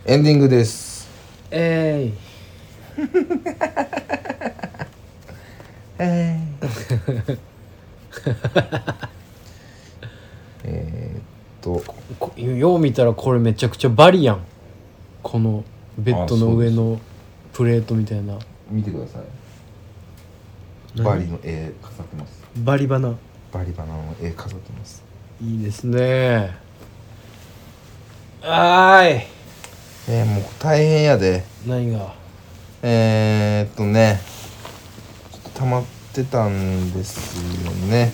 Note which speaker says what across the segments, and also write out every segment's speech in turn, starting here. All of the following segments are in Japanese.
Speaker 1: エンディングです。
Speaker 2: えいよう見たらこれめちゃくちゃバリやん。このベッドの上のプレートみたいな。
Speaker 1: 見てください。バリの絵飾ってます。
Speaker 2: バリバナ。
Speaker 1: バリバナの絵飾ってます。
Speaker 2: いいですね。あーい。
Speaker 1: もう大変やで。
Speaker 2: 何が？
Speaker 1: ね、ちょっと溜まってたんですよね。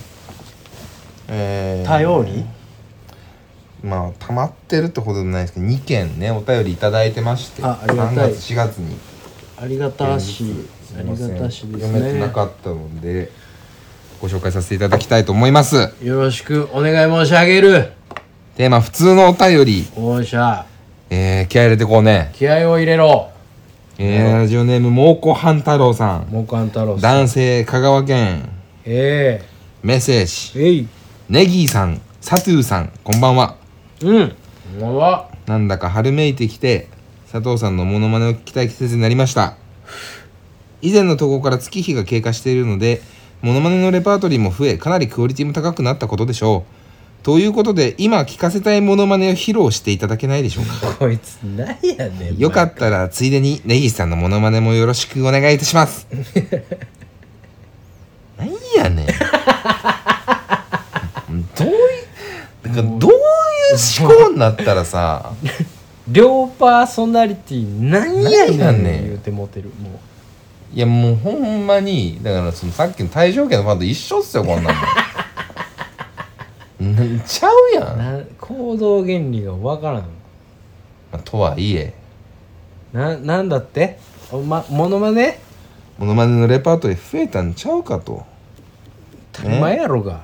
Speaker 2: 頼り？
Speaker 1: まあ溜まってるってほどないですけど、2件ねお便りいただいてまして、
Speaker 2: ありがたい。
Speaker 1: 3月4月に
Speaker 2: ありがたし、ありがたしですね。
Speaker 1: 読めてなかったのでご紹介させていただきたいと思います。
Speaker 2: よろしくお願い申し上げる。
Speaker 1: テーマ普通のお便り。
Speaker 2: おっしゃ。
Speaker 1: 気合い入れてこうね。
Speaker 2: 気合を入れろ。
Speaker 1: ラジオネーム蒙古半太郎さん。
Speaker 2: 蒙古半太郎さん。
Speaker 1: 男性、香川県。メッセージ。ネギーさん、サトゥーさん、こんばんは。
Speaker 2: こんばんは。
Speaker 1: なんだか春めいてきて佐藤さんのモノマネを聞きたい季節になりました。以前の投稿から月日が経過しているのでモノマネのレパートリーも増えかなりクオリティも高くなったことでしょう。ということで今聞かせたいモノマネを披露していただけないでしょうか。
Speaker 2: こいつ何やねん。
Speaker 1: よかったらついでにネギさんのモノマネもよろしくお願いいたします。何やねん。どういう思考になったらさ
Speaker 2: 両パーソナリティ何やねん言うてもてる。も
Speaker 1: ういやもうほんまにだからそのさっきの大正家のファンと一緒っすよこんなのちゃうやん。
Speaker 2: 行動原理がわからん。
Speaker 1: とはいえ
Speaker 2: なんだってモノマネ
Speaker 1: のレパートリー増えたんちゃうかと。
Speaker 2: 当たり前やろが。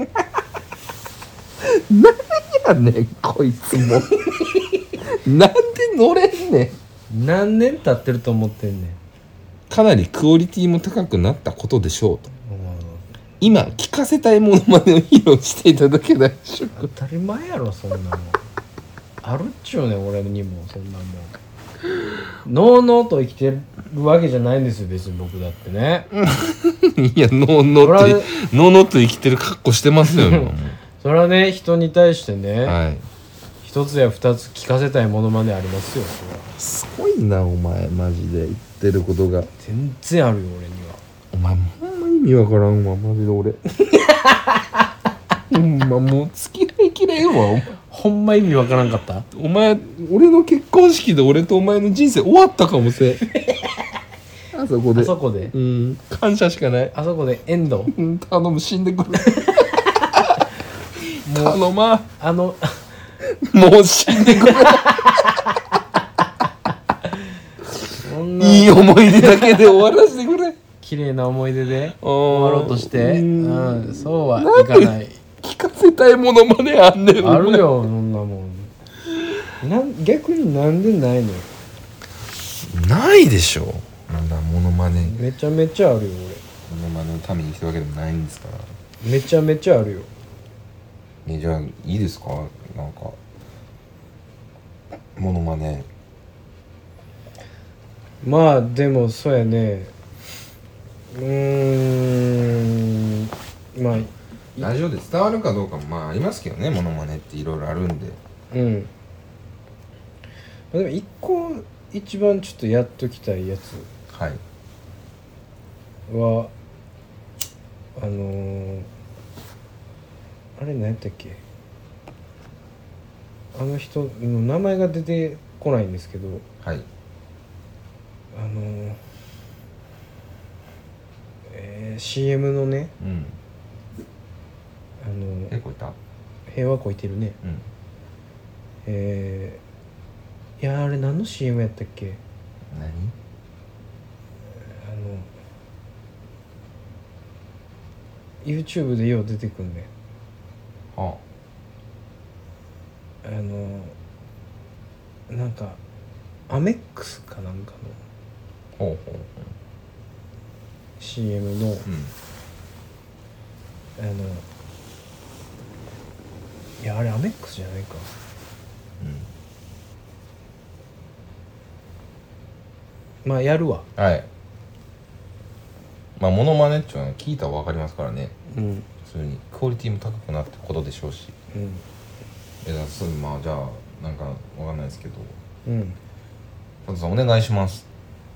Speaker 1: 何やねんこいつもなんで乗れんね
Speaker 2: ん。何年経ってると思ってんねん。
Speaker 1: かなりクオリティも高くなったことでしょうと。今聞かせたいものまでを披露していただけないでしょうか。
Speaker 2: 当たり前やろそんなもん。あるっちゅうねん俺にもそんなもん。のうのうと生きてるわけじゃないんですよ別に僕だってね。
Speaker 1: いやのうのうと生きてる格好してますよ
Speaker 2: それはね人に対してね、
Speaker 1: はい、
Speaker 2: 一つや二つ聞かせたいモノマネありますよ。
Speaker 1: すごいなお前マジで言ってることが
Speaker 2: 全然あるよ俺には。
Speaker 1: お前ほんま意味わからんわマジで俺ほんまもう付き合いきれんわお前。
Speaker 2: ほんま意味わからんかった。
Speaker 1: お前俺の結婚式で俺とお前の人生終わったかもせあそこで感謝しかない。
Speaker 2: あそこでエンド。
Speaker 1: 頼む死んでくれ頼まもう死んでくれいい思い出だけで終わらせてくれ。
Speaker 2: 綺麗な思い出で終わろうとしてそうはいかない。
Speaker 1: 聞かせたいものまであんねん。
Speaker 2: あるよそんなもん。逆になんでないの。
Speaker 1: ないでしょ。なんだモノマネ
Speaker 2: めちゃめちゃあるよ
Speaker 1: 俺。モノマネのために来たわけでもないんですから。
Speaker 2: めちゃめちゃあるよ。
Speaker 1: じゃあいいですかなんかモノマネ。
Speaker 2: まあでもそうやね。まあ
Speaker 1: ラジオで伝わるかどうかもまあありますけどね。モノマネっていろいろあるんで。
Speaker 2: でも一個一番ちょっとやっときたいやつはあれ何やったっけ。あの人の名前が出てこないんですけど、CM のね、平和こいてるね。いやあれ何の CM やったっけ。YouTube でよう出てくんね。なんかアメックスかなんかの CM の、いやあれアメックスじゃないか、 まあやるわ。
Speaker 1: はい。まあモノマネっていうのは聞いたら分かりますからね。
Speaker 2: うん
Speaker 1: 普通にクオリティも高くなってことでしょうし。そうまあじゃあなんか分かんないですけど、
Speaker 2: うん
Speaker 1: 佐藤さんお願いします。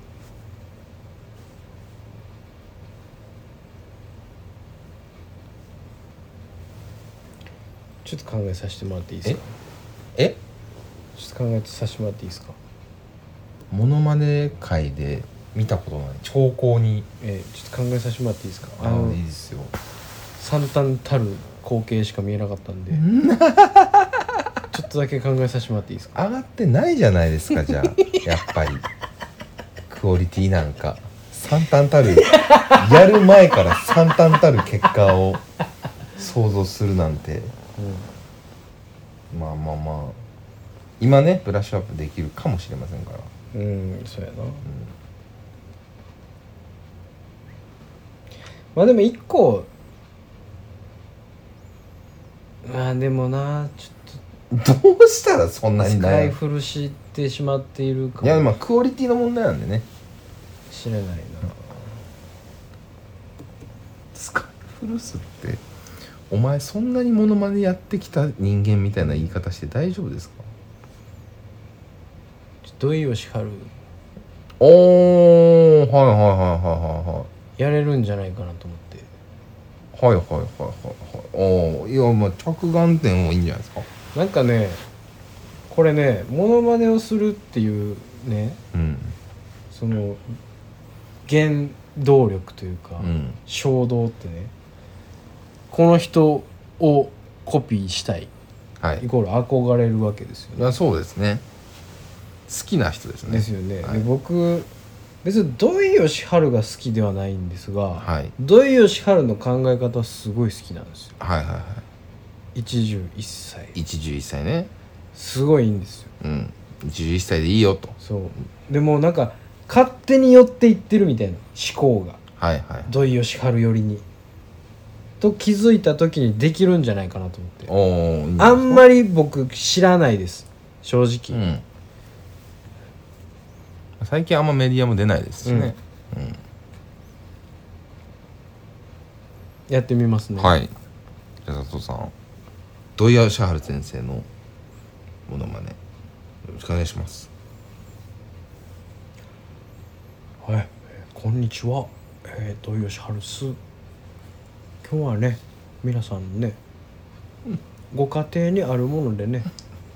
Speaker 2: ちょっと考えさせてもらっていいですか。
Speaker 1: え
Speaker 2: ちょっと考えさせてもらっていいですか。
Speaker 1: モノマネ界で見たことない兆候に。
Speaker 2: ちょっと考えさせてもらっていいですか。
Speaker 1: いいですよ。
Speaker 2: 惨憺たる光景しか見えなかったんでちょっとだけ考えさせてもらっていいですか。
Speaker 1: 上がってないじゃないですかじゃあやっぱりクオリティなんか惨憺たるやる前から惨憺たる結果を想像するなんて、まあまあまあ今ねブラッシュアップできるかもしれませんから。
Speaker 2: そうやな、まあでも一個でもなちょっ
Speaker 1: どうしたらそんな
Speaker 2: と
Speaker 1: に
Speaker 2: 使い古してしまっているか
Speaker 1: いや
Speaker 2: も
Speaker 1: まあクオリティの問題なんでね。
Speaker 2: しれないな。
Speaker 1: 使い古すってお前そんなにモノマネやってきた人間みたいな言い方して大丈夫ですか。
Speaker 2: 土井善晴
Speaker 1: おーはいはいはいはい
Speaker 2: やれるんじゃないかなと思って。
Speaker 1: はいはいはいはいはいはい。おーいやまあ着眼点はいいんじゃないですか。
Speaker 2: なんかねこれねモノマネをするっていうねその原動力というか、衝動ってねこの人をコピーしたい、イコール憧れるわけですよね。
Speaker 1: そうですね。好きな人ですね。
Speaker 2: ですよね、で僕別に土井善晴が好きではないんですが、土井善晴の考え方はすごい好きなんですよ。一汁一菜
Speaker 1: ね。
Speaker 2: すごいいいんですよ。
Speaker 1: 一汁一菜でいいよと。
Speaker 2: そうでもなんか勝手に寄っていってるみたいな思考が、土井善晴寄りにと気づいた時にできるんじゃないかなと思って。あんまり僕知らないです正直、
Speaker 1: 最近あんまメディアも出ないですしね。
Speaker 2: やってみますね。
Speaker 1: じゃあ佐藤さん土井善晴先生のモノマネよろしくお願いします。
Speaker 2: こんにちは、土井善晴です。今日はね皆さんね、ご家庭にあるものでね、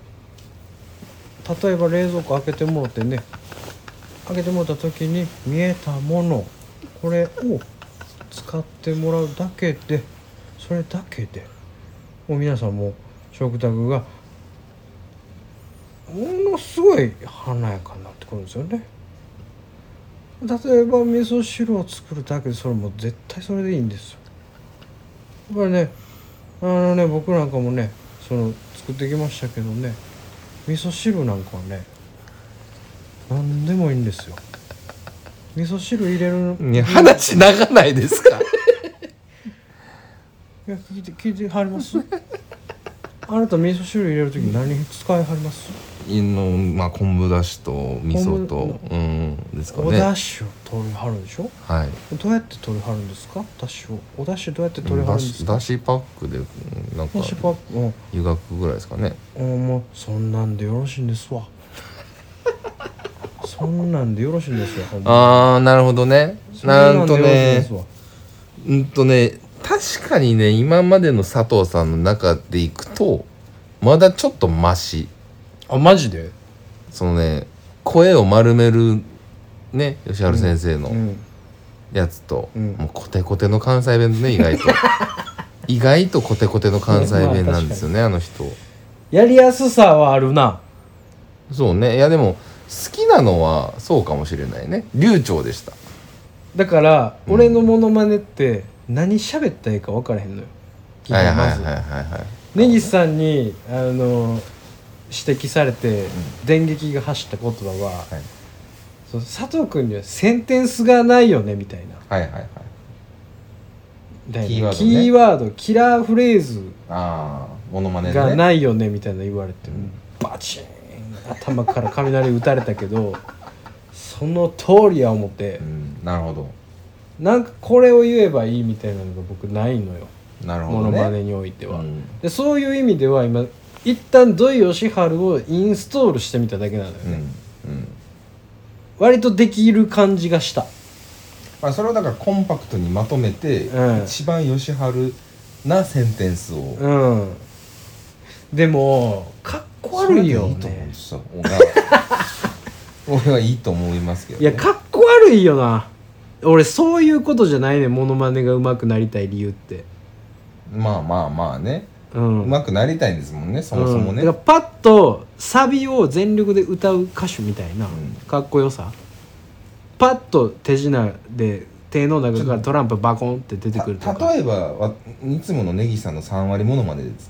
Speaker 2: 例えば冷蔵庫開けてもらってね、開けてもらった時に見えたもの、これを使ってもらうだけで、それだけでもう皆さんも食卓がものすごい華やかになってくるんですよね。例えば味噌汁を作るだけでそれも絶対それでいいんですよ。やっぱりね僕なんかもね作ってきましたけどね、味噌汁なんかはね何でもいいんですよ。味噌汁入れる
Speaker 1: 話長ないですか。
Speaker 2: いや聞いてはりますあなた味噌汁入れる時に何使いはります？
Speaker 1: まあ昆布だしと味噌とですかね。
Speaker 2: おだしを取りはるでしょ。どうやって取りはるんですか？だしをおだしどうやって取りはるんですか？
Speaker 1: だしパックでなんか湯がくぐらいですかね。
Speaker 2: もうそんなんでよろしいんですわそんなんでよろしいんですよ。
Speaker 1: なるほどね。確かにね今までの佐藤さんの中でいくとまだちょっとマシ。
Speaker 2: マジで？
Speaker 1: 声を丸めるね吉晴先生のやつと、もうコテコテの関西弁ね意外とコテコテの関西弁なんですよね、あの人。
Speaker 2: やりやすさはあるな。
Speaker 1: そうね。いやでも好きなのはそうかもしれないね。流暢でした。
Speaker 2: だから俺のモノマネって何喋ったらいいか分からへんのよ。根岸さんに指摘されて電撃が走った言葉は、佐藤君にはセンテンスがないよねみたいな、キーワードキラーフレーズがないよねみたいな言われて、バチーン頭から雷打たれたけどその通りや思って、
Speaker 1: なるほど。
Speaker 2: なんかこれを言えばいいみたいなのが僕ないのよ。
Speaker 1: なるほどね。
Speaker 2: モノマネにおいては、でそういう意味では今一旦土井善晴をインストールしてみただけなのよね、割とできる感じがした。
Speaker 1: まあそれをだからコンパクトにまとめて、一番義治なセンテンスを、
Speaker 2: でもかっこ悪いよね。
Speaker 1: いいと思うんですよ俺はいいと思いますけど、ね、
Speaker 2: いやかっこ悪いよな。俺そういうことじゃないね、モノマネが上手くなりたい理由って。
Speaker 1: まあね、上手くなりたいんですもんね、そもそもね。
Speaker 2: だからパッとサビを全力で歌う歌手みたいなかっこよさ、パッと手品で手の中からトランプバコンって出てくるとか。
Speaker 1: 例えばいつものネギさんの3割モノマネでっつって、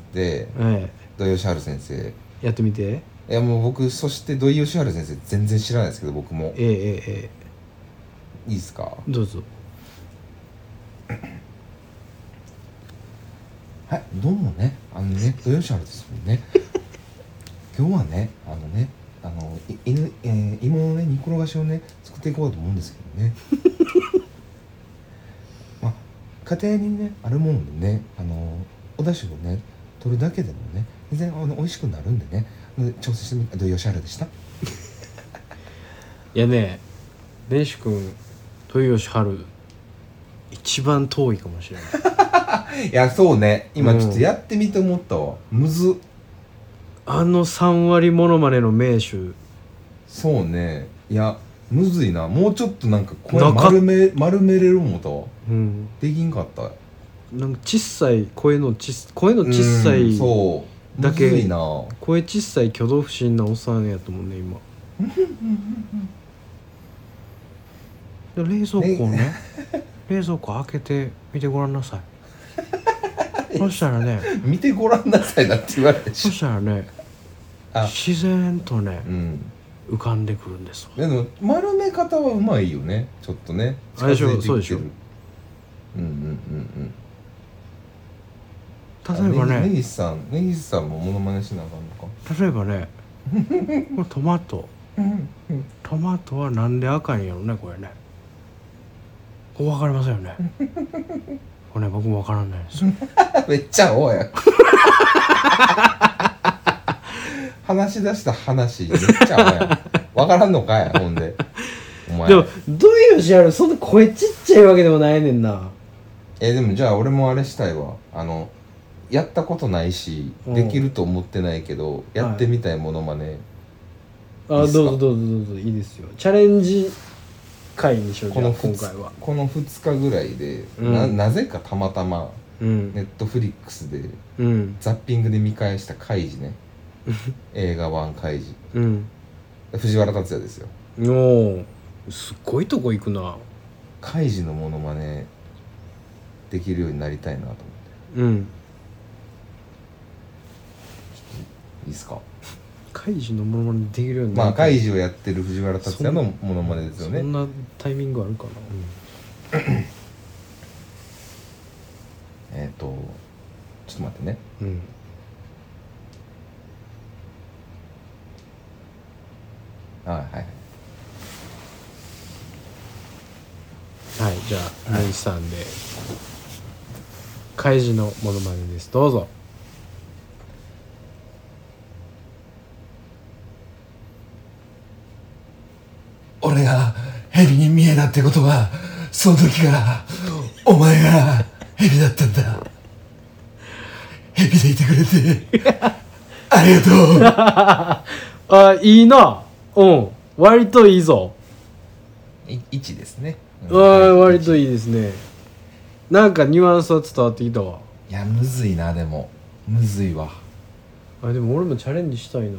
Speaker 1: 土井善晴先生
Speaker 2: やってみて。
Speaker 1: いやもう僕、そして土井善晴先生全然知らないですけど、僕もいいですか。
Speaker 2: どうぞ。
Speaker 1: はい、どうもね、土井善晴ですもんね今日はね、芋のね煮転がしをね作っていこうと思うんですけどねまあ家庭にねあるものでね、お出汁をね取るだけでもね全然美味しくなるんでね、調整してみた土井善晴でしたい
Speaker 2: やね、伝子くん土井善晴一番遠いかもしれない
Speaker 1: いやそうね、今ちょっとやってみて思ったわ、むずっ。
Speaker 2: 3割モノマネの名手。
Speaker 1: そうね、いやむずいな。もうちょっとなんか声丸めれる思ったわ、できんかった。
Speaker 2: なんか小さい声の小さい
Speaker 1: そう
Speaker 2: だけ、
Speaker 1: むずいな。
Speaker 2: 声小さい挙動不審なおっさんやと思うね今で冷蔵庫をね冷蔵庫開けてみてごらんなさいそしたらね
Speaker 1: 見てごらんなさいだって言われて、
Speaker 2: そしたらね自然とね、浮かんでくるんです
Speaker 1: わ。でも丸め方はうまいよね、ちょっとね。
Speaker 2: あれでしょ、そうでしょ。例えばね、
Speaker 1: 根岸さんもモノマネしなあかんのか。
Speaker 2: 例えばねこれトマトはなんで赤いんやろね、これね。これ分かりませんよねこれね、僕も分からないです
Speaker 1: めっちゃ青や話し出した話めっちゃ青や分からんのかいほんでお前。
Speaker 2: でもどういうしある、そんな声ちっちゃいわけでもないねんな。
Speaker 1: でもじゃあ俺もあれしたいわ。やったことないし、できると思ってないけど、やってみたいモノマネ。
Speaker 2: どうぞいいですよ。チャレンジ回にしよう。今回は
Speaker 1: この2日ぐらいで、なぜかたまたまネットフリックスで、ザッピングで見返したカイジね映画版カイジ、藤原竜也ですよ。
Speaker 2: おすっごいとこ行くな。
Speaker 1: カイジのモノマネできるようになりたいなと思って。いいっすか。
Speaker 2: カイジのモノマネできるようにな
Speaker 1: る。まあカイジをやってる藤原竜也のモノマネですよね。
Speaker 2: そんなタイミングあるかな。
Speaker 1: ちょっと待ってね。はい
Speaker 2: はい、じゃあ根岸さんでカイジのモノマネです。どうぞ。
Speaker 1: 俺がヘビに見えたってことは、その時からお前がヘビだったんだ。ヘビでいてくれてありがとう
Speaker 2: いいな。割といいぞ。
Speaker 1: 1ですね。
Speaker 2: 割といいですね。なんかニュアンスは伝わってきたわ。
Speaker 1: いやむずいな。でもむずいわ。
Speaker 2: でも俺もチャレンジしたいな。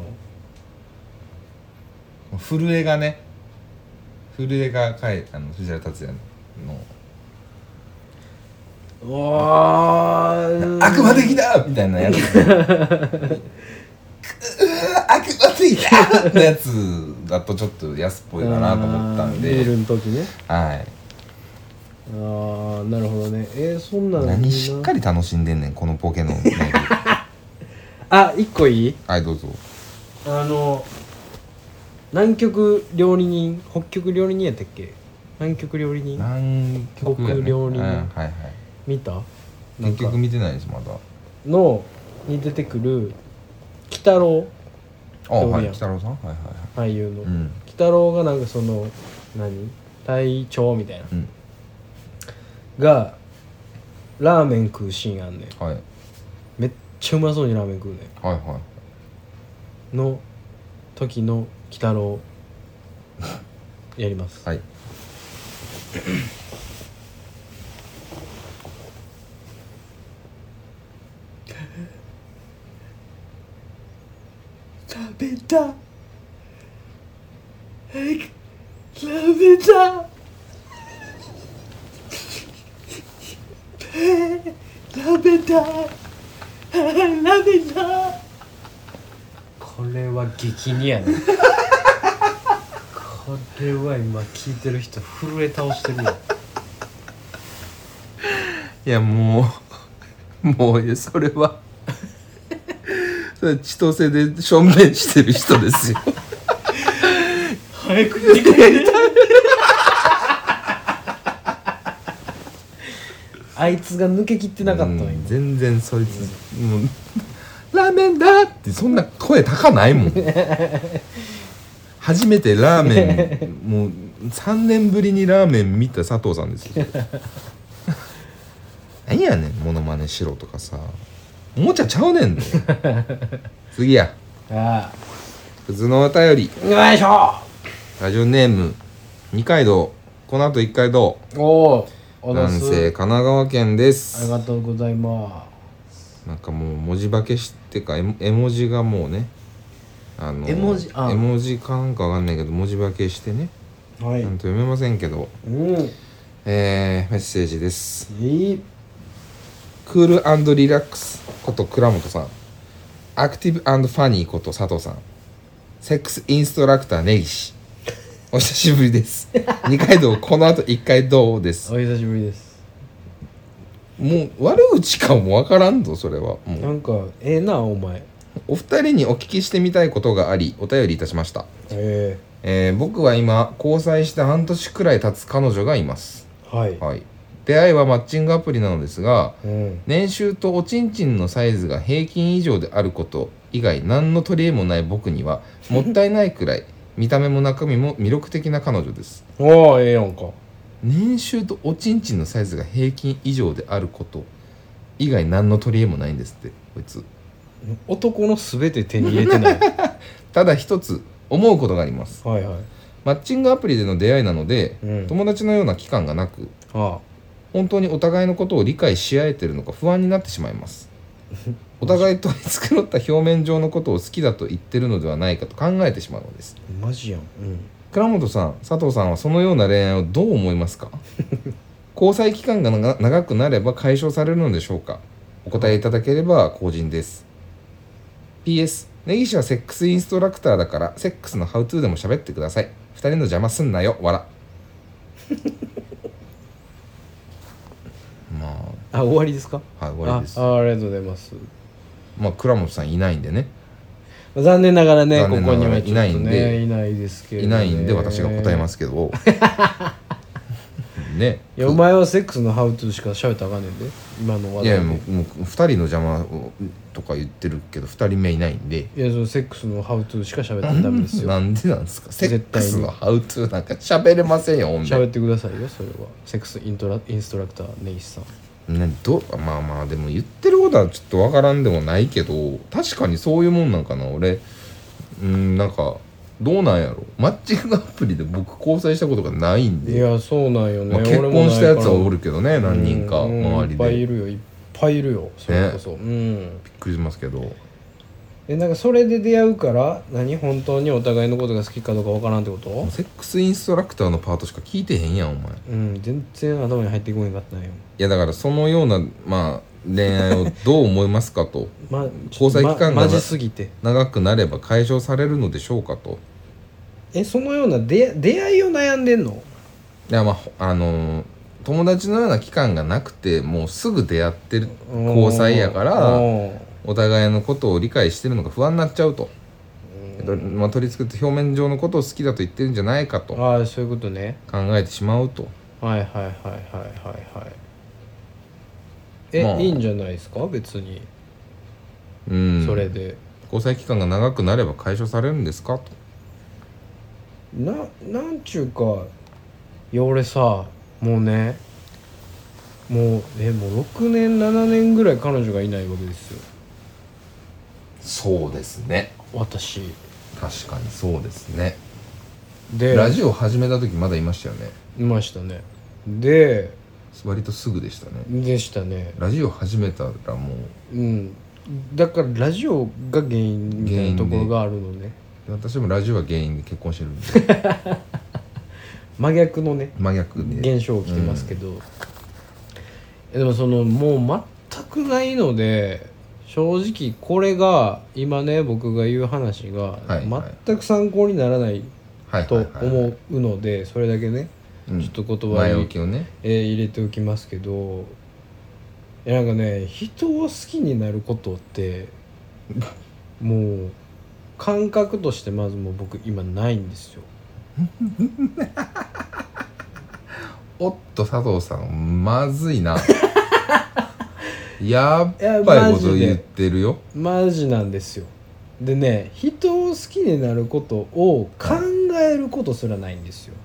Speaker 1: 震えが藤原竜也の悪魔的だみたいなやつ悪魔的だのやつだとちょっと安っぽいかなと思ったんで、
Speaker 2: ビールの時ね。
Speaker 1: はい。
Speaker 2: なるほどね。そんなの
Speaker 1: 何しっかり楽しんでんねんこのポケの
Speaker 2: 一個いい？
Speaker 1: はいどうぞ。
Speaker 2: 南極料理人北極料理人やったっけ？南極料理人
Speaker 1: 南極やね
Speaker 2: 北料理人
Speaker 1: はいはい
Speaker 2: 見た？
Speaker 1: 結局見てないですまだ。
Speaker 2: のに出てくる鬼太郎
Speaker 1: あはい
Speaker 2: どうやん
Speaker 1: 北太郎さんはいはいはい
Speaker 2: 俳優の、
Speaker 1: うん
Speaker 2: 鬼太郎がなんかその隊長みたいな、
Speaker 1: うん
Speaker 2: がラーメン食うシーンあんねん。
Speaker 1: はい
Speaker 2: めっちゃうまそうにラーメン食うね
Speaker 1: はいはい
Speaker 2: んの時の鬼太郎やります
Speaker 1: はい
Speaker 2: 食べた食べた食べた食べたこれは激似やねこれは今聞いてる人震え倒してるよ
Speaker 1: いやもういやそれはそれ千歳でしょんべんしてる人ですよ
Speaker 2: 早く2回やりたいあいつが抜けきってなかったの今
Speaker 1: 全然そいつ、もうラーメンだってそんな声高ないもん初めてラーメンもう3年ぶりにラーメン見た佐藤さんですよ何やねんモノマネしろとかさおもちゃちゃうねんで次や
Speaker 2: ああ
Speaker 1: 普通のお便り
Speaker 2: よいしょ
Speaker 1: ラジオネーム二階堂この後一階堂
Speaker 2: おお
Speaker 1: 南西神奈川県で
Speaker 2: あり
Speaker 1: す
Speaker 2: がとうございま
Speaker 1: なんかもう文字化けしてか絵文字がもうね
Speaker 2: 絵文字あ
Speaker 1: 絵文字かなんかわかんないけど文字化けしてね
Speaker 2: すはい
Speaker 1: ちゃんと読めませんけどメッセージです
Speaker 2: いい
Speaker 1: クール&リラックスこと倉本さんアクティブ&ファニーこと佐藤さんセックスインストラクター根岸お久しぶりです二階堂この後一階堂です
Speaker 2: お久しぶりです
Speaker 1: もう悪口かもわからんぞそれはもう
Speaker 2: なんかええなお前
Speaker 1: お二人にお聞きしてみたいことがありお便りいたしました、僕は今交際して半年くらい経つ彼女がいます
Speaker 2: はい
Speaker 1: はい出会いはマッチングアプリなのですが
Speaker 2: うん
Speaker 1: 年収とおちんちんのサイズが平均以上であること以外何の取り柄もない僕にはもったいないくらい見た目も中身も魅力的な彼女です
Speaker 2: おおええやんか
Speaker 1: 年収とおちんちんのサイズが平均以上であること以外何の取り柄もないんですってこいつ
Speaker 2: 男のすべて手に入れてない
Speaker 1: ただ一つ思うことがあります
Speaker 2: はいはい
Speaker 1: マッチングアプリでの出会いなので、
Speaker 2: うん
Speaker 1: 友達のような期間がなく
Speaker 2: あ
Speaker 1: 本当にお互いのことを理解し合えてるのか不安になってしまいますお互い取り繕った表面上のことを好きだと言ってるのではないかと考えてしまうのです
Speaker 2: マジやん
Speaker 1: 倉本さん佐藤さんはそのような恋愛をどう思いますか交際期間が長くなれば解消されるのでしょうかお答えいただければ幸甚です PS 根岸はセックスインストラクターだからセックスのハウトゥーでも喋ってください二人の邪魔すんなよわらま
Speaker 2: あ終わりですか
Speaker 1: あはい終わりです
Speaker 2: ありがとうございます
Speaker 1: まあ倉本さんいないんでね
Speaker 2: 残念ながらねここ
Speaker 1: 残念ながら
Speaker 2: にはちょっとね
Speaker 1: いないんで
Speaker 2: いないですけど、ね、
Speaker 1: いないんで私が答えますけどね
Speaker 2: いやお前はセックスのハウトゥーしか喋ったらあかんねんで今の話題で
Speaker 1: いやもう2人の邪魔をとか言ってるけど2人目いないんで
Speaker 2: いやそのセックスのハウトゥーしか喋ったらダメですよ
Speaker 1: なんでなんですかセック
Speaker 2: 絶対に
Speaker 1: スのハウトゥーなんか喋れませんよほんで
Speaker 2: 喋ってくださいよそれはセックスインストラクター根岸さん
Speaker 1: まあまあでも言ってることはちょっとわからんでもないけど確かにそういうもんなんかな俺なんかどうなんやろマッチングアプリで僕交際したことがないんで
Speaker 2: いやそうなんよね、
Speaker 1: まあ、結婚したやつはおる
Speaker 2: け
Speaker 1: けどね何人か周り
Speaker 2: いっぱいい
Speaker 1: で
Speaker 2: るよいっぱいいるよそれこそ、
Speaker 1: びっくりしますけど
Speaker 2: なんかそれで出会うから本当にお互いのことが好きかどうかわからんってこと
Speaker 1: セックスインストラクターのパートしか聞いてへんやんお前
Speaker 2: 全然頭に入ってこなかったんよ
Speaker 1: いやだからそのようなまあ恋愛をどう思いますかと交際期間が
Speaker 2: マジすぎて
Speaker 1: 長くなれば解消されるのでしょうかと
Speaker 2: そのような出会いを悩んでんの
Speaker 1: いやまあ友達のような期間がなくてもうすぐ出会ってる交際やからお互いのことを理解してるのが不安になっちゃうとまあ、取り付くって表面上のことを好きだと言ってるんじゃないかと
Speaker 2: ああそういうことね。
Speaker 1: 考えてしまうと。
Speaker 2: はいはいはいはいはいはい。
Speaker 1: まあ
Speaker 2: いいんじゃないですか別に、それで
Speaker 1: 交際期間が長くなれば解消されるんですかと。
Speaker 2: なんちゅうか、いや俺さもうねもう6年7年ぐらい彼女がいないわけですよ
Speaker 1: そうですね、
Speaker 2: 私
Speaker 1: 確かにそうですね。
Speaker 2: で。
Speaker 1: ラジオ始めた時まだいましたよね。
Speaker 2: いましたね。で
Speaker 1: 割とすぐでしたね。
Speaker 2: でしたね。
Speaker 1: ラジオ始めたらも
Speaker 2: だからラジオが原因みたいなところがあるのね。
Speaker 1: う、私もラジオが原因で結婚してるんで
Speaker 2: 真逆のね
Speaker 1: 真逆で
Speaker 2: 現象起きてますけど、でもそのもう全くないので、正直これが今ね僕が言う話が
Speaker 1: はいはい
Speaker 2: 全く参考にならないと
Speaker 1: はいはいはい
Speaker 2: 思うので、それだけね
Speaker 1: うん
Speaker 2: ちょっと言葉
Speaker 1: 前
Speaker 2: に
Speaker 1: 置きをね。
Speaker 2: 入れておきますけど、なんかね人を好きになることってもう感覚としてまずもう僕今ないんですよ。
Speaker 1: おっと佐藤さんまずいなやっ
Speaker 2: いや
Speaker 1: ばいこ
Speaker 2: マジで
Speaker 1: と言ってるよ。
Speaker 2: マジなんですよ。でね人を好きになることを考えることすらないんですよ。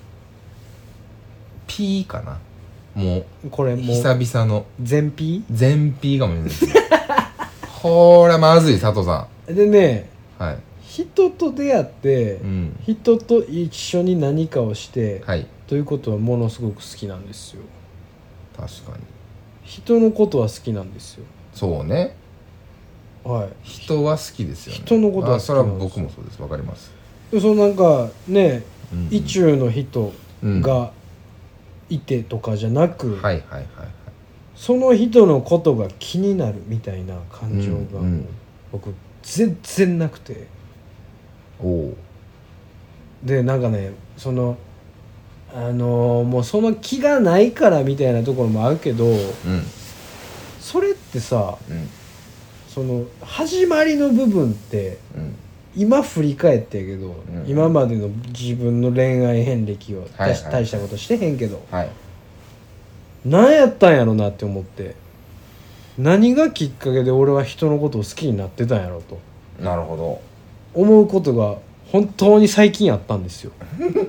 Speaker 1: ピーかな、もう
Speaker 2: これもう
Speaker 1: 久々の
Speaker 2: 全 P
Speaker 1: 全ピーかもしれないですこれはまずい佐藤さ
Speaker 2: でね
Speaker 1: ん。はい
Speaker 2: 人と出会って、
Speaker 1: うん
Speaker 2: 人と一緒に何かをして、
Speaker 1: はい
Speaker 2: ということはものすごく好きなんですよ。
Speaker 1: 確かに
Speaker 2: 人のことは好きなんですよ。
Speaker 1: そうね、
Speaker 2: はい。
Speaker 1: 人は好きですよね。
Speaker 2: 人のことは好きなんです
Speaker 1: それは僕もそうです。わかります。
Speaker 2: でそのなんかね、
Speaker 1: うん
Speaker 2: 意中の人
Speaker 1: うん
Speaker 2: がいてとかじゃなく、
Speaker 1: はいはいはいはい。
Speaker 2: その人のことが気になるみたいな感情がもう、
Speaker 1: うん
Speaker 2: 僕全然なくて。
Speaker 1: おお。
Speaker 2: でなんかねそのもうその気がないからみたいなところもあるけど、
Speaker 1: うん
Speaker 2: それってさ
Speaker 1: うん
Speaker 2: その始まりの部分って
Speaker 1: うん
Speaker 2: 今振り返ってやけど、
Speaker 1: ん
Speaker 2: 今までの自分の恋愛遍歴を
Speaker 1: はいはい
Speaker 2: 大したことしてへんけど、
Speaker 1: はい。
Speaker 2: 何やったんやろなって思って、何がきっかけで俺は人のことを好きになってたんやろと
Speaker 1: なるほど。
Speaker 2: 思うことが本当に最近あったんですよ。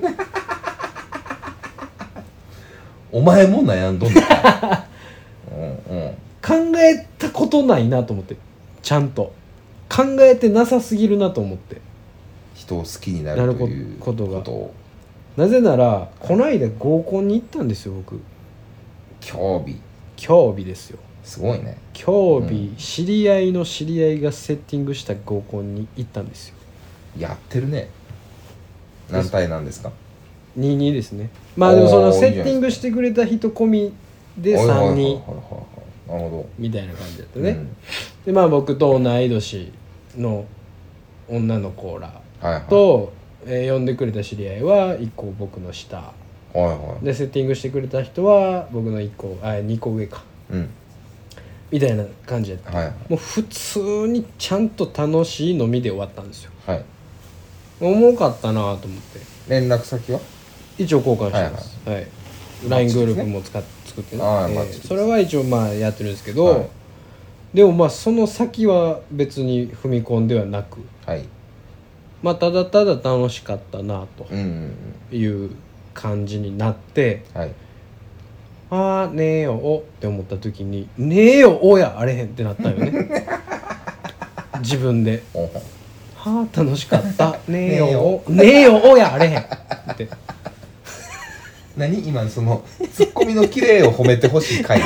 Speaker 1: お前も悩んどんだ。うんうん。
Speaker 2: 考えたことないなと思って、ちゃんと考えてなさすぎるなと思って。
Speaker 1: 人を好きになるという
Speaker 2: ことが
Speaker 1: ことを
Speaker 2: なぜならこの間合コンに行ったんですよ僕。
Speaker 1: 興味
Speaker 2: 今日日ですよ。
Speaker 1: すごいね。
Speaker 2: 今日日、知り合いの知り合いがセッティングした合コンに行ったんですよ。
Speaker 1: やってるね。何対何ですか。
Speaker 2: 22ですね。まあでもその
Speaker 1: おーいいじゃないですか
Speaker 2: セッティングしてくれた人込みで3人
Speaker 1: はいはいはいはいはいなるほ
Speaker 2: みたいな感じだった
Speaker 1: ど。
Speaker 2: ね、でまあ僕と同い年の女の子ら
Speaker 1: はいはい
Speaker 2: と、呼んでくれた知り合いは1個僕の下
Speaker 1: はいはい。
Speaker 2: でセッティングしてくれた人は僕の2個上か
Speaker 1: うん
Speaker 2: みたいな感じやった、
Speaker 1: はいはい
Speaker 2: もう普通にちゃんと楽しい飲みで終わったんですよ。
Speaker 1: はい。
Speaker 2: おもろかったなと思って
Speaker 1: 連絡先は。
Speaker 2: 一応交換してます、はい LINE グループも作ってね、
Speaker 1: あーマッチです
Speaker 2: それは一応まあやってるんですけど、
Speaker 1: はい
Speaker 2: でもまあその先は別に踏み込んではなく、
Speaker 1: はい。
Speaker 2: まあただただ楽しかったな
Speaker 1: うんうん
Speaker 2: という感じになって、
Speaker 1: うん。はい。
Speaker 2: あーねえよおって思った時にねえよおやあれへんってなったよね自分で
Speaker 1: おほ
Speaker 2: はあ楽しかったねえよ
Speaker 1: ねえよ
Speaker 2: おねえよおやあれへんって
Speaker 1: 何今そのツッコミの綺麗を褒めてほしい回。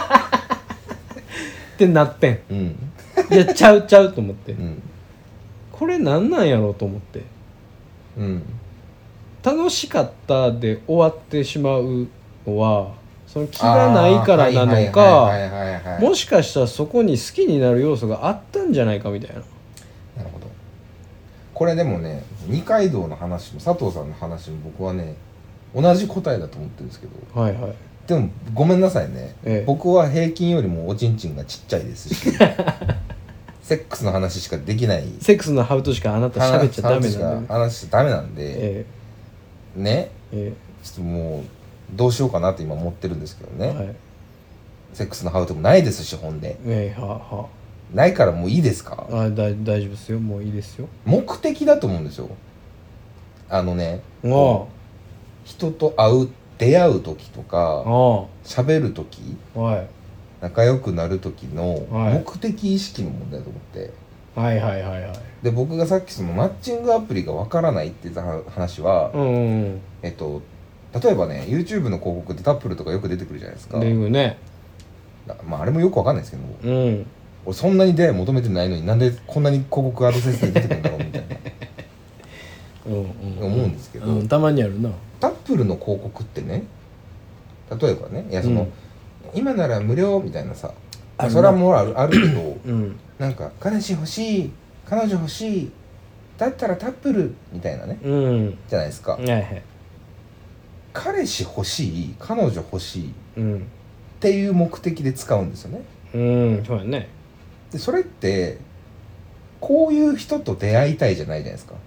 Speaker 2: ってなってん。
Speaker 1: うん
Speaker 2: いやちゃうと思って、
Speaker 1: うん
Speaker 2: これなんなんやろうと思って、
Speaker 1: うん
Speaker 2: 楽しかったで終わってしまうのはその気がないからなのか、もしかしたらそこに好きになる要素があったんじゃないかみたいな。
Speaker 1: なるほど。これでもね二階堂の話も佐藤さんの話も僕はね同じ答えだと思ってるんですけど、
Speaker 2: はいはい。
Speaker 1: でもごめんなさいね、
Speaker 2: ええ
Speaker 1: 僕は平均よりもおちんちんがちっちゃいですしセックスの話しかできない
Speaker 2: セックスのハウトしかあなた喋っちゃダメなんで、ね、
Speaker 1: 話しちゃダメなんで、ね、ちょっともうどうしようかなって今思ってるんですけどね、はい、セックスのハウトもないですし、本で、ないからもういいですか？
Speaker 2: 大丈夫ですよ、もういいですよ。
Speaker 1: 目的だと思うんですよ。人と出会う時とか喋る時、仲良くなる時の目的意識の問題だと思って、で僕がさっきそのマッチングアプリがわからないって言った話は、例えばね YouTube の広告でタップルとかよく出てくるじゃないですか。
Speaker 2: 出るね。
Speaker 1: まああれもよくわかんないですけど、俺そんなに出会い求めてないのになんでこんなに広告アドセンスで出てくるんだろうみたいな思うんですけど、
Speaker 2: たまにあるな。
Speaker 1: タップルの広告ってね、例えばね、いやその、今なら無料みたいなさ、それはもうあるけど、なんか彼氏欲しい、彼女欲しい、だったらタップルみたいなね、じゃないですか。彼氏欲しい、彼女欲しい、っていう目的で使うんですよね。
Speaker 2: そうやね。
Speaker 1: でそれってこういう人と出会いたいじゃないじゃないですか。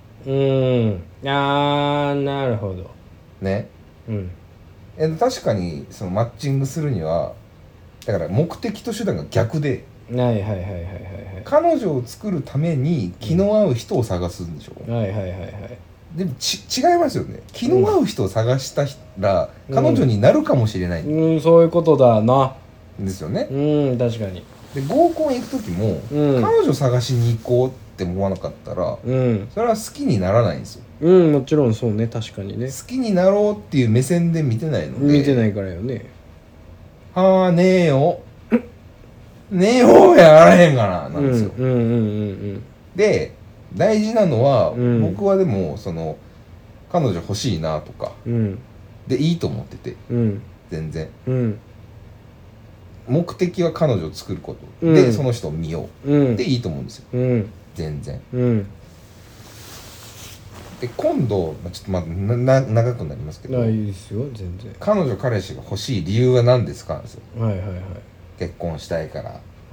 Speaker 2: なるほど
Speaker 1: ね。確かにそのマッチングするにはだから目的と手段が逆で、彼女を作るために気の合う人を探すんでしょ。でも違いますよね。気の合う人を探したら、彼女になるかもしれない、
Speaker 2: そういうことだな。
Speaker 1: ですよね。
Speaker 2: 確かに。
Speaker 1: で合コン行く時も、彼女探しに行こうって思わなかったら、それは好きにならないんですよ。
Speaker 2: もちろんそうね、確かにね。
Speaker 1: 好きになろうっていう目線で見てないので。
Speaker 2: 見てないからよね。
Speaker 1: ねえよやらへんかななんですよ。で大事なのは、僕はでもその彼女欲しいなとか、でいいと思ってて、全然、目的は彼女を作ること、でその人を見よう、でいいと思うんですよ、全然。で今度ちょっと長くなりますけど、
Speaker 2: いいですよ全然。
Speaker 1: 彼女彼氏が欲しい理由は何ですかなんですよ。結婚したいから、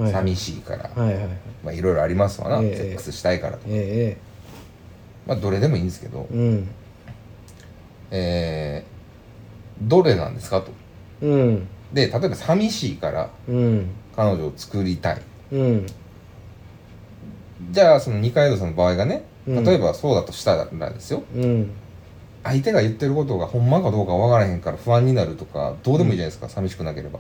Speaker 1: 寂しいから、いろいろありますわな、セックスしたいからとか、どれでもいいんですけど、どれなんですかと。で例えば寂しいから、彼女を作りたい、じゃあその二階堂さんの場合がね、例えばそうだとしたらですよ、相手が言ってることがほんまかどうか分からへんから不安になるとかどうでもいいじゃないですか、寂しくなければ。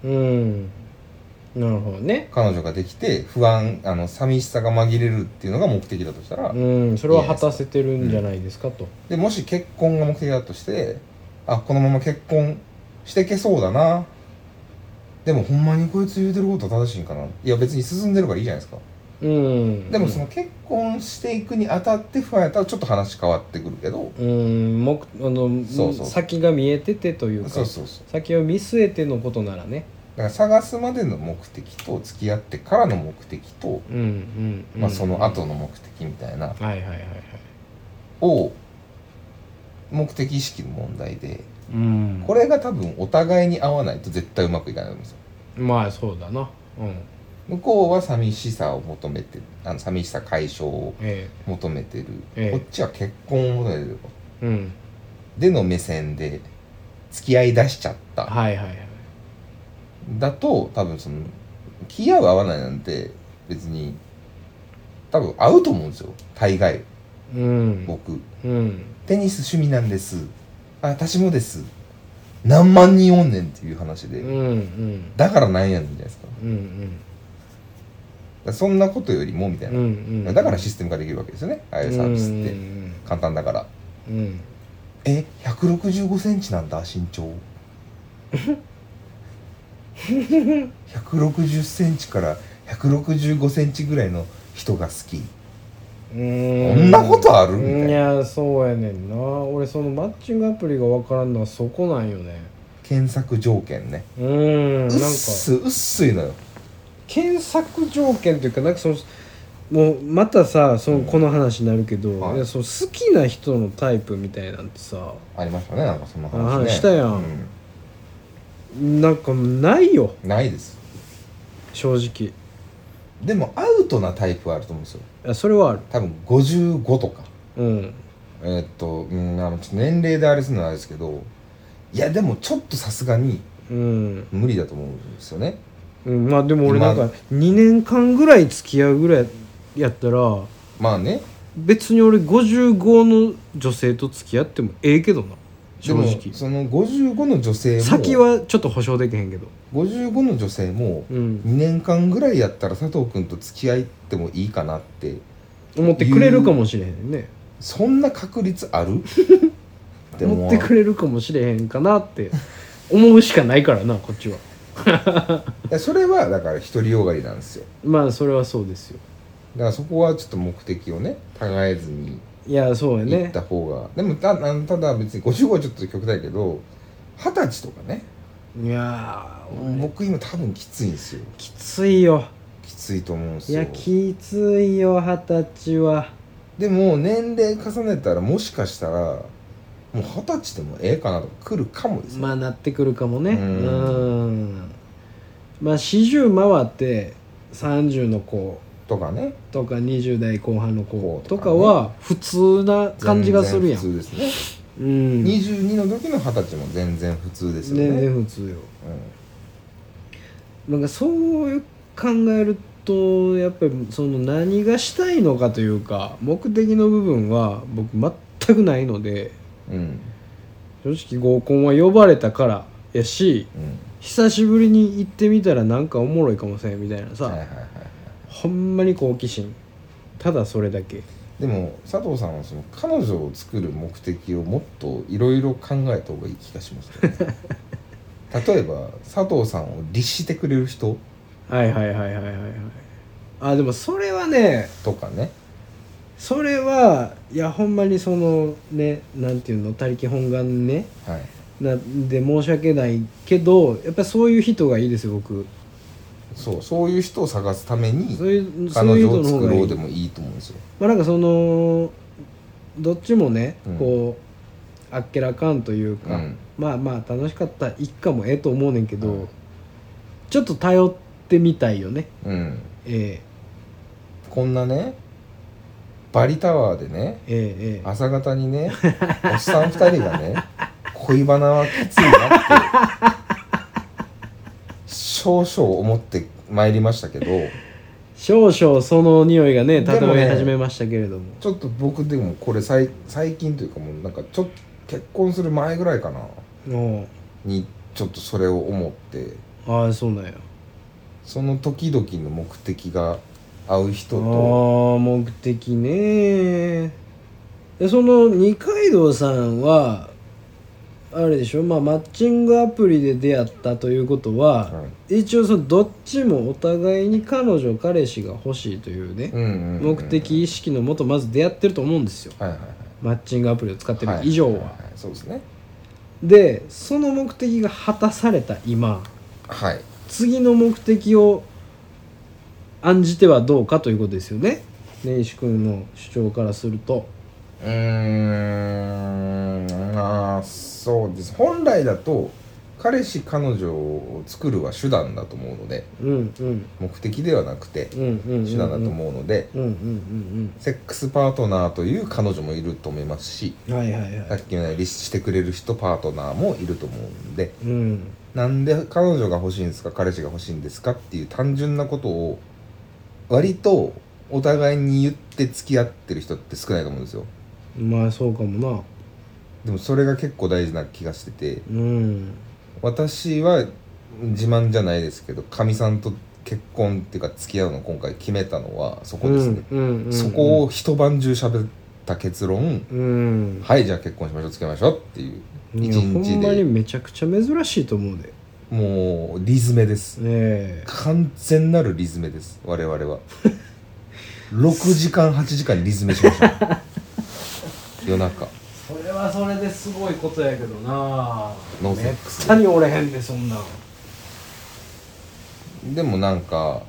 Speaker 2: なるほどね。
Speaker 1: 彼女ができて不安、寂しさが紛れるっていうのが目的だとしたら、
Speaker 2: それは果たせてるんじゃないですかと。
Speaker 1: でもし結婚が目的だとして、このまま結婚してけそうだな、でもほんまにこいつ言うてること正しいんかな、いや別に進んでるからいいじゃないですか。でもその結婚していくにあたって不安やったらちょっと話変わってくるけど、
Speaker 2: 先が見えててというか、先を見据えてのことならね。
Speaker 1: だから探すまでの目的と付き合ってからの目的と、その後の目的みたいなを目的意識の問題で、これが多分お互いに合わないと絶対うまくいかないんですよ。
Speaker 2: まあそうだな。
Speaker 1: 向こうは寂しさを求めてる、寂しさ解消を求めてる、こっちは結婚を求めてる、での目線で付き合いだしちゃった、だと多分その気合う合わないなんて別に多分合うと思うんですよ、大概。僕、テニス趣味なんです、私もです、何万人おんねんっていう話で、だからなんやねんじゃないですか。そんなことよりもみたいな、だからシステム化できるわけですよね、ああいうサービスって簡単だから。165センチなんだ身長160センチから165センチぐらいの人が好き、こんなことあるみたいな。
Speaker 2: いやそうやねんな。俺そのマッチングアプリが分からんのはそこなんよね。
Speaker 1: 検索条件ね、薄いのよ。
Speaker 2: 検索条件というか、なんかそのもうまたさこの話になるけど、いやその好きな人のタイプみたいなんてさ
Speaker 1: ありましたね、なんかそんな話ね
Speaker 2: したやん、なんかないよ。
Speaker 1: ないです
Speaker 2: 正直
Speaker 1: でもアウトなタイプはあると思うんですよ。
Speaker 2: いやそれはある。
Speaker 1: 多分55とか
Speaker 2: うん
Speaker 1: ちょっと年齢であれするのはあれですけど、いやでもちょっとさすがに
Speaker 2: うん
Speaker 1: 無理だと思うんですよね。
Speaker 2: まあでも俺なんか2年間ぐらい付き合うぐらいやったら
Speaker 1: まあね。
Speaker 2: 別に俺55の女性と付き合ってもええけどな、正
Speaker 1: でも
Speaker 2: 直。
Speaker 1: その55の女性も
Speaker 2: 先はちょっと保証できへんけど。
Speaker 1: 55の女性も
Speaker 2: うん
Speaker 1: 2年間ぐらいやったら佐藤君と付き合ってもいいかなって
Speaker 2: 思ってくれるかもしれへんね。
Speaker 1: そんな確率あるって
Speaker 2: 思ってくれるかもしれへんかなって思うしかないからなこっちは。
Speaker 1: いやそれはだから独りよがりなんですよ。
Speaker 2: まあそれはそうですよ。
Speaker 1: だからそこはちょっと目的をね違えずに
Speaker 2: いやそうや
Speaker 1: 行っ
Speaker 2: ね。
Speaker 1: た方が、でもただ別に55はちょっと極端やけど20歳とかね、
Speaker 2: いや
Speaker 1: 僕今多分きついんですよ。
Speaker 2: きついよ。
Speaker 1: きついと思うんです
Speaker 2: い
Speaker 1: よ。
Speaker 2: やきついよ20歳は。
Speaker 1: でも年齢重ねたらもしかしたらもう20歳でもええかなとか来るかもですね。
Speaker 2: まあなってくるかもね。
Speaker 1: うん
Speaker 2: まあ40回って30の子
Speaker 1: とかね
Speaker 2: とか20代後半の子と
Speaker 1: とかね
Speaker 2: かは普通な感じがするやん。
Speaker 1: 全然普通ですね。
Speaker 2: うん
Speaker 1: 22の時の20歳も全然普通ですよね。
Speaker 2: 全然普通よ。なんかそういう考えるとやっぱりその何がしたいのかというか目的の部分は僕全くないので、
Speaker 1: うん
Speaker 2: 正直合コンは呼ばれたからやし、
Speaker 1: うん
Speaker 2: 久しぶりに行ってみたらなんかおもろいかもしれんみたいなさ、
Speaker 1: はいはいはいはい。
Speaker 2: ほんまに好奇心、ただそれだけ。
Speaker 1: でも佐藤さんはその彼女を作る目的をもっといろいろ考えた方がいい気がしますね。例えば佐藤さんを律してくれる人
Speaker 2: はいはいはいはいはいはい。あでもそれはね、
Speaker 1: とかね。
Speaker 2: それはいやほんまにそのねなんていうの他力本願ね
Speaker 1: はい
Speaker 2: なんで申し訳ないけどやっぱりそういう人がいいですよ僕。
Speaker 1: そういう人を探すために
Speaker 2: そういう
Speaker 1: 彼女を
Speaker 2: 人の方がいい。
Speaker 1: 作ろうでもいいと思うんですよ。
Speaker 2: まあなんかそのどっちもね、
Speaker 1: うん
Speaker 2: こうあっけらかんというか、
Speaker 1: うん
Speaker 2: まあまあ楽しかったら一家もええと思うねんけど、
Speaker 1: うん
Speaker 2: ちょっと頼ってみたいよね。
Speaker 1: うん
Speaker 2: え
Speaker 1: こんなねバリタワーでね
Speaker 2: えええええ
Speaker 1: 朝方にねおっさん2人がね恋バナはきついなって少々思ってまいりましたけど、
Speaker 2: 少々その匂いがね
Speaker 1: でもね
Speaker 2: 漂い始めましたけれども。
Speaker 1: ちょっと僕でもこれ最近というかもうなんかちょっと結婚する前ぐらいかな
Speaker 2: おう
Speaker 1: にちょっとそれを思って、
Speaker 2: ああそうなんや。
Speaker 1: その時々の目的が合う人と、
Speaker 2: ああ目的ね。でその二階堂さんはあれでしょ、まあマッチングアプリで出会ったということは、
Speaker 1: は
Speaker 2: 一応そのどっちもお互いに彼女彼氏が欲しいというね、
Speaker 1: うんうんうんうん
Speaker 2: 目的意識のもとまず出会ってると思うんですよ、
Speaker 1: はいはいはい
Speaker 2: マッチングアプリを使ってる以上は、
Speaker 1: そうですね。
Speaker 2: でその目的が果たされた今
Speaker 1: はい
Speaker 2: 次の目的を案じてはどうかということですよね、根岸君の主張からすると。
Speaker 1: まあそうです。本来だと彼氏彼女を作るは手段だと思うので、
Speaker 2: うんうん
Speaker 1: 目的ではなくて
Speaker 2: うんうんうんうん
Speaker 1: 手段だと思うので、
Speaker 2: うんうん
Speaker 1: セックスパートナーという彼女もいると思いますし、
Speaker 2: うんはいはいはい。
Speaker 1: さっきのように律してくれる人パートナーもいると思うんで、
Speaker 2: うん
Speaker 1: なんで彼女が欲しいんですか彼氏が欲しいんですかっていう単純なことを割とお互いに言って付き合ってる人って少ないと思うんですよ。
Speaker 2: まあそうかもな。
Speaker 1: でもそれが結構大事な気がしてて、
Speaker 2: うん
Speaker 1: 私は自慢じゃないですけどかみさんと結婚っていうか付き合うのを今回決めたのはそこですね、
Speaker 2: うんうんうんうん、
Speaker 1: そこを一晩中喋った結論、
Speaker 2: うん
Speaker 1: はいじゃあ結婚しましょう付き合いましょうっていう一
Speaker 2: いやほ
Speaker 1: 日
Speaker 2: んまに
Speaker 1: で
Speaker 2: めちゃくちゃ珍しいと思うで。
Speaker 1: もうリズメです、
Speaker 2: ええ
Speaker 1: 完全なるリズメです我々は6時間8時間リズメしました夜中
Speaker 2: それはそれですごいことやけどな。
Speaker 1: ノーセックス
Speaker 2: めったにおれへんでそんなん。
Speaker 1: でもなんか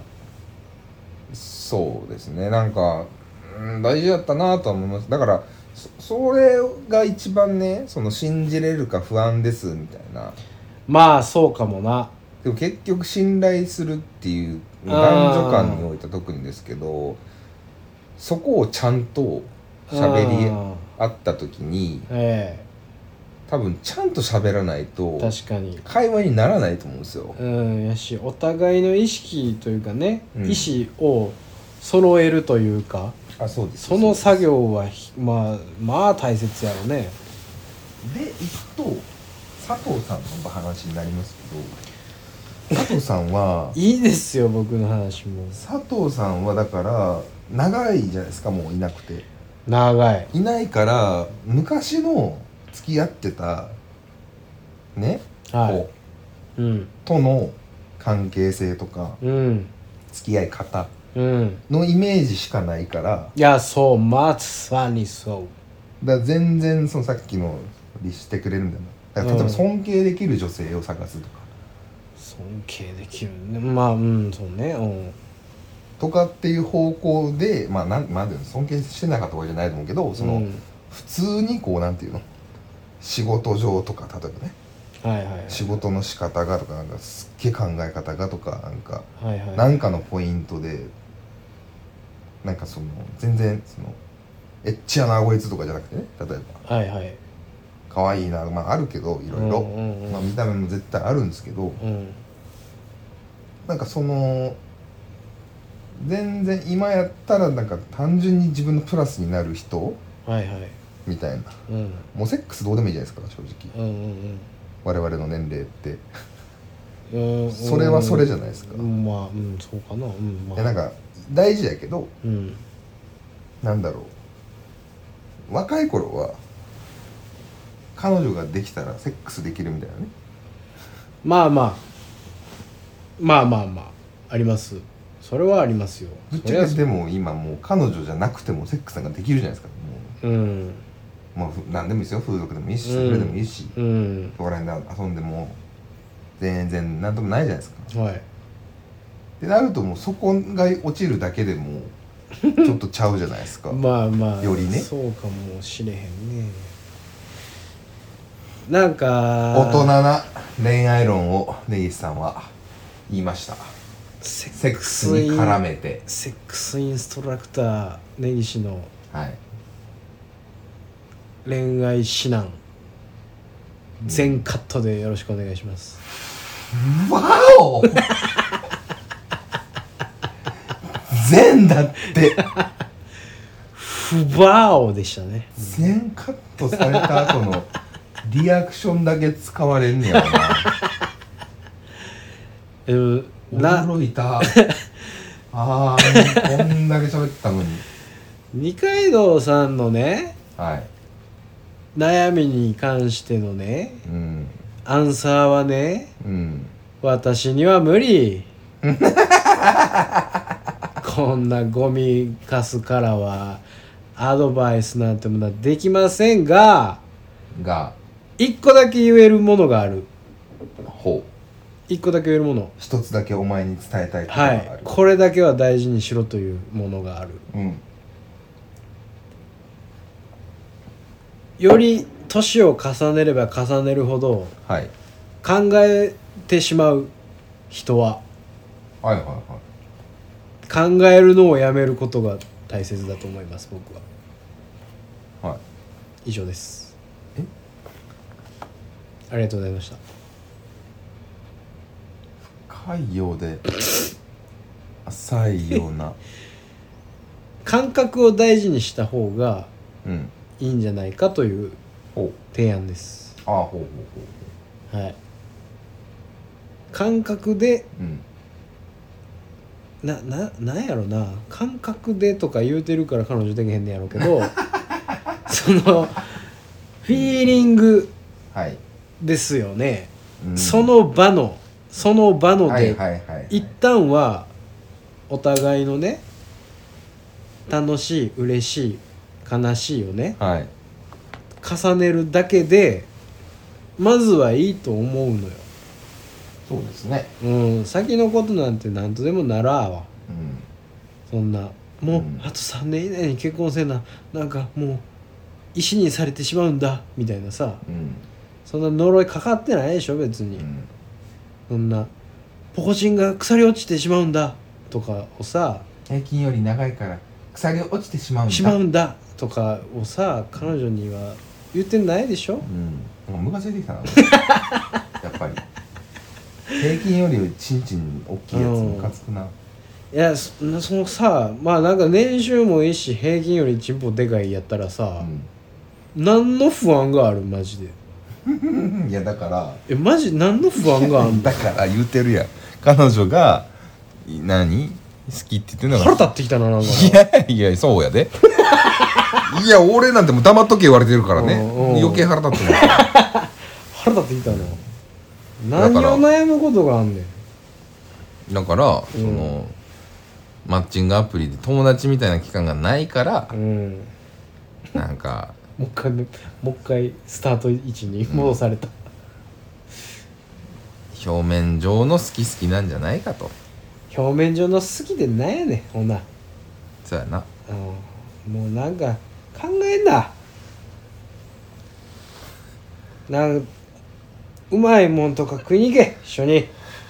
Speaker 1: そうですねなんか、大事だったなとは思います。だからそれが一番ねその信じれるか不安ですみたいな。
Speaker 2: まあそうかもな。
Speaker 1: でも結局信頼するっていう男女間においては特にですけど、そこをちゃんと喋り合った時に多分ちゃんと喋らないと
Speaker 2: 確かに
Speaker 1: 会話にならないと思うんですよ。
Speaker 2: やし、お互いの意識というかね、
Speaker 1: うん
Speaker 2: 意思を揃えるというか、
Speaker 1: そうです。
Speaker 2: その作業はまあ大切やろね。
Speaker 1: で一と佐藤さんの話になりますけど、佐藤さんはい
Speaker 2: いですよ、僕の話も。
Speaker 1: 佐藤さんはだから長いじゃないですか、もういなくて。
Speaker 2: 長い。
Speaker 1: いないから昔の付き合ってたね、
Speaker 2: はい
Speaker 1: 子
Speaker 2: うん
Speaker 1: との関係性とか
Speaker 2: うん
Speaker 1: 付き合い方
Speaker 2: うん
Speaker 1: のイメージしかないから、
Speaker 2: いや、そうまさにそう
Speaker 1: だから全然そのさっきの律してくれるんだよな。だから例えば尊敬できる女性を探すとか、
Speaker 2: 尊敬できるね。まあそうね。
Speaker 1: とかっていう方向でなんていうの、尊敬してなかったわけじゃないと思うけど、その、普通にこうなんていうの、仕事上とか例えばね、
Speaker 2: はいはいはい、
Speaker 1: 仕事の仕方がとか、なんかすっげえ考え方がとか、なんか、
Speaker 2: はいはい、
Speaker 1: なんかのポイントでなんかその全然そのエッチやなこいつとかじゃなくてね、例えば
Speaker 2: はいはい、
Speaker 1: 可愛いな、あるけどいろいろ、見た目も絶対あるんですけど、なんかその全然今やったらなんか単純に自分のプラスになる人、
Speaker 2: はいはい、
Speaker 1: みたいな、もうセックスどうでもいいじゃないですか、正直、我々の年齢ってそれはそれじゃないですか。
Speaker 2: そうかな。
Speaker 1: なんか大事やけど、なんだろう、若い頃は彼女ができたらセックスできるみたいなね、
Speaker 2: まああります。それはありますよ。
Speaker 1: ぶっちゃけでも今もう彼女じゃなくてもセックスなんかできるじゃないですか。もう何でもいいですよ、風俗でもいいし、それでもいいし、そこら辺で遊んでも全然なんともないじゃないですか。
Speaker 2: はい。
Speaker 1: ってなるともうそこが落ちるだけでもちょっとちゃうじゃないですか。よりね。
Speaker 2: そうかもしれへんね。なんか
Speaker 1: 大人な恋愛論を根岸さんは言いました。セックスに絡めて。
Speaker 2: セックスインストラクター根岸の恋愛指南、全カットでよろしくお願いします。
Speaker 1: わお全だって
Speaker 2: フバーオでしたね。
Speaker 1: 全カットされた後のリアクションだけ使われんねやろな。驚いたこんだけ喋ったのに。
Speaker 2: 二階堂さんのね、悩みに関してのね、アンサーはね、私には無理こんなゴミカスからはアドバイスなんてものはできませんが一個だけ言えるものがある。一個だけ言えるもの、
Speaker 1: 一つだけお前に伝えたいことがある。
Speaker 2: これだけは大事にしろというものがある。より年を重ねれば重ねるほど、考えてしまう人は、考えるのをやめることが大切だと思います、僕は。以上です。ありがとうございました。
Speaker 1: 深いようで浅いような
Speaker 2: 感覚を大事にした方がいいんじゃないかという提案です。感覚で、なんやろな、感覚でとか言うてるから彼女できへんねやろうけどそのフィーリングですよね、その場ので、一旦はお互いのね、楽しい嬉しい悲しいをね、重ねるだけでまずはいいと思うのよ。
Speaker 1: そうですね。
Speaker 2: 先のことなんて何とでもならわ、そんなもう、あと3年以内に結婚せな、なんかもう石にされてしまうんだみたいなさ、そんな呪いかかってないでしょ別に、そんなポコチンが腐り落ちてしまうんだとかをさ
Speaker 1: 平均より長いから腐り落ちてしまうんだ
Speaker 2: とかをさ彼女には言ってないでしょ。
Speaker 1: なんかムカついてきたなやっぱり平均よりチンチン大きいやつムカつくな。
Speaker 2: いやそのさまあなんか年収もいいし平均よりチンポでかいやったらさ、何の不安があるマジで
Speaker 1: いやだから
Speaker 2: マジ何の不安があるの
Speaker 1: だから言うてるやん彼女が何好きって言ってんのが
Speaker 2: 腹立ってきたななんか
Speaker 1: いやそうやでいや俺なんてもう黙っとけ言われてるからね余計腹立ってる
Speaker 2: 腹立ってきたな。何を悩むことがあんねん。
Speaker 1: だからそのマッチングアプリで友達みたいな期間がないからなんか
Speaker 2: もう一回スタート位置に戻された、
Speaker 1: 表面上の好きなんじゃないかと。
Speaker 2: 表面上の好きでなんやねんほんな。
Speaker 1: そうやな。
Speaker 2: もうなんか考えんな。なんかうまいもんとか食いに行け一緒に。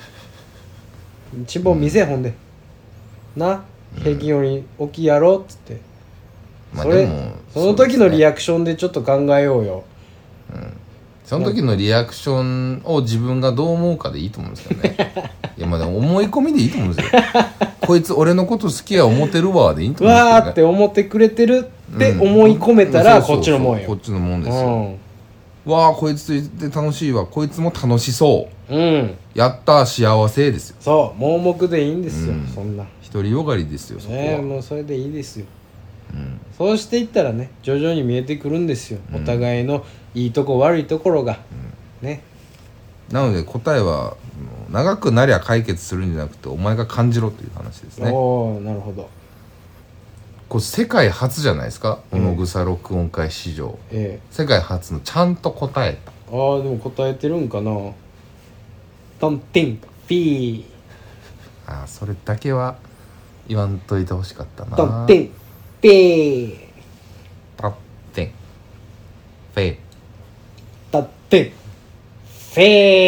Speaker 2: チンポ見せほんでな平均より大きいやろっつって、その時のリアクションでちょっと考えようよ。
Speaker 1: その時のリアクションを自分がどう思うかでいいと思うんですけどねいやまあでも思い込みでいいと思うんですよこいつ俺のこと好きや思ってるわでいいと思うんですけどね。
Speaker 2: わーって思ってくれてるって思い込めたらこっちのもんよ。
Speaker 1: こっちのもんですよ。わあこいつといて楽しいわこいつも楽しそう、やった幸せですよ。
Speaker 2: そう盲目でいいんですよ、そんな
Speaker 1: 独りよがりですよそこは。
Speaker 2: もうそれでいいですよ。そうしていったらね徐々に見えてくるんですよ、お互いのいいとこ悪いところが、ね。
Speaker 1: なので答えは長くなりゃ解決するんじゃなくてお前が感じろという話ですね。
Speaker 2: おおなるほど。
Speaker 1: これ世界初じゃないですか物草録音会史上、世界初のちゃんと答えた。
Speaker 2: でも答えてるんかな。トンテンピ
Speaker 1: ーそれだけは言わんといてほしかったな。
Speaker 2: トンテンピー
Speaker 1: トンテンフェ
Speaker 2: トンテンフェ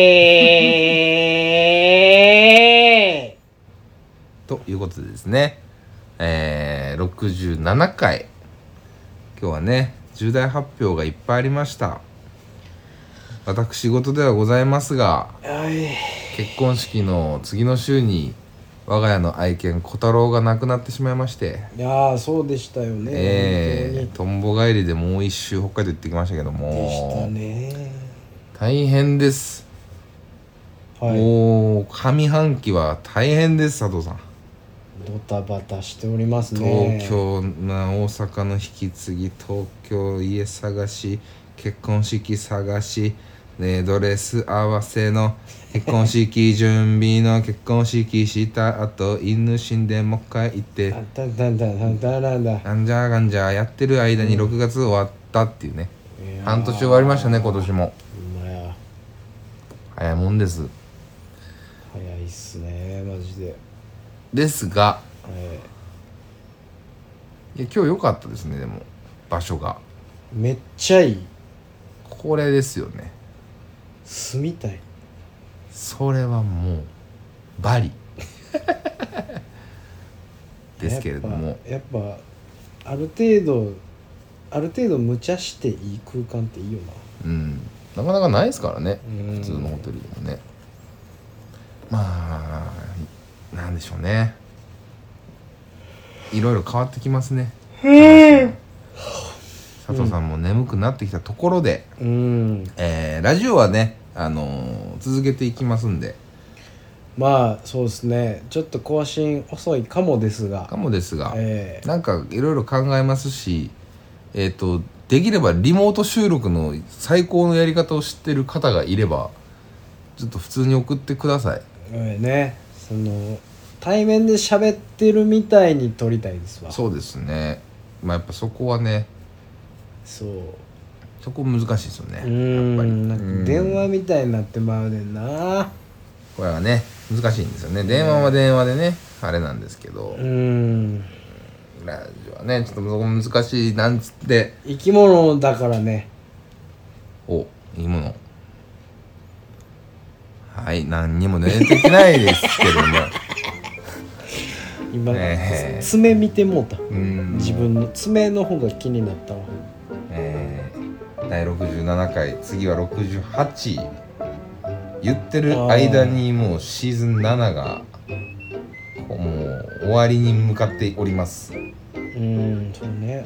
Speaker 2: ー
Speaker 1: ということでですね67回今日はね重大発表がいっぱいありました。私事ではございますが結婚式の次の週に我が家の愛犬小太郎が亡くなってしまいまして。
Speaker 2: いやそうでしたよね。
Speaker 1: とんぼ帰りでもう一周北海道行ってきましたけども
Speaker 2: でしたね。
Speaker 1: 大変です、もう上半期は大変です佐藤さん。
Speaker 2: ドタバタしておりますね。
Speaker 1: 東京大阪の引き継ぎ東京家探し結婚式探し、ドレス合わせの結婚式準備の結婚式した後犬死んでもう一回行ってなんじゃがんじゃやってる間に6月終わったっていうね、半年終わりましたね今年も。早いもんです。
Speaker 2: 早いっすねマジで。
Speaker 1: ですが、いや今日良かったですね。でも場所が
Speaker 2: めっちゃいい。
Speaker 1: これですよね。
Speaker 2: 住みたい。
Speaker 1: それはもうバリですけれども
Speaker 2: やっぱある程度無茶していい空間っていいよな。
Speaker 1: なかなかないですからね普通のホテルでもね。まあなんでしょうね、いろいろ変わってきますね。佐藤さんも眠くなってきたところで、ラジオはね、続けていきますんで。
Speaker 2: まあそうですねちょっと更新遅いかもですが
Speaker 1: なんかいろいろ考えますし、できればリモート収録の最高のやり方を知ってる方がいればちょっと普通に送ってください。
Speaker 2: その対面で喋ってるみたいに撮りたいですわ。
Speaker 1: そうですね。やっぱそこはねそこ難しいですよね。やっぱり
Speaker 2: なんか電話みたいになってまうねんな。
Speaker 1: これはね難しいんですよね。電話は電話でねあれなんですけどラジオはねちょっとそこ難しいなんつって
Speaker 2: 生き物だからね。
Speaker 1: 生き物何にも出てきないですけども
Speaker 2: 今、爪見てもうた。自分の爪の方が気になったわ。
Speaker 1: 第67回、次は68言ってる間にもうシーズン7がもう終わりに向かっております。
Speaker 2: そうね。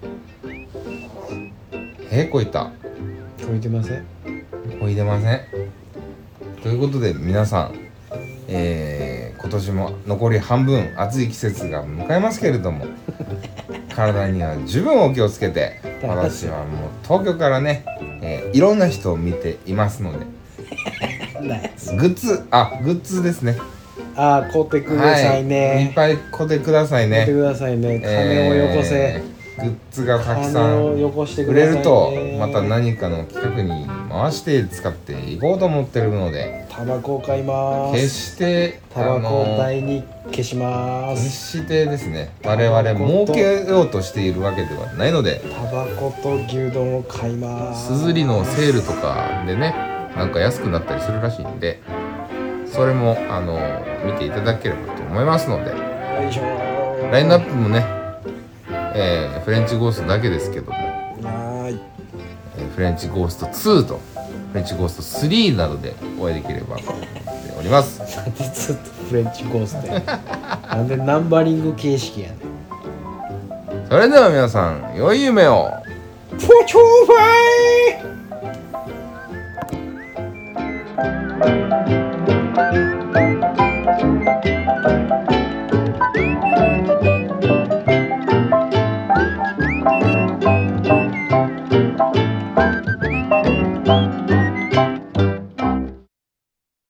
Speaker 1: こいた。
Speaker 2: こいてません。
Speaker 1: こいでません。ということで皆さん、今年も残り半分、暑い季節が迎えますけれども体には十分お気をつけて、私はもう東京からね、いろんな人を見ていますのでグッズですね。
Speaker 2: 買ってくださいね。
Speaker 1: いっぱい買ってくださいね。
Speaker 2: 買ってくださいね。金をよこせ。
Speaker 1: グッズがたくさん売れると、また何かの企画に回して使っていこうと思ってるので、
Speaker 2: タバコを買います。
Speaker 1: 決して
Speaker 2: タバコを代に消します。
Speaker 1: 決してですね、我々儲けようとしているわけではないので、
Speaker 2: タバコと牛丼を買います。
Speaker 1: すずりのセールとかでね、なんか安くなったりするらしいんで、それも見ていただければと思いますので、ラインナップもね、フレンチゴーストだけですけども、フレンチゴースト2とフレンチゴースト3などでお会いできればと思っております。
Speaker 2: なんでずっとフレンチゴーストやなんでナンバリング形式やねん。
Speaker 1: それでは皆さん、良い夢を。
Speaker 2: フォーチュンファイ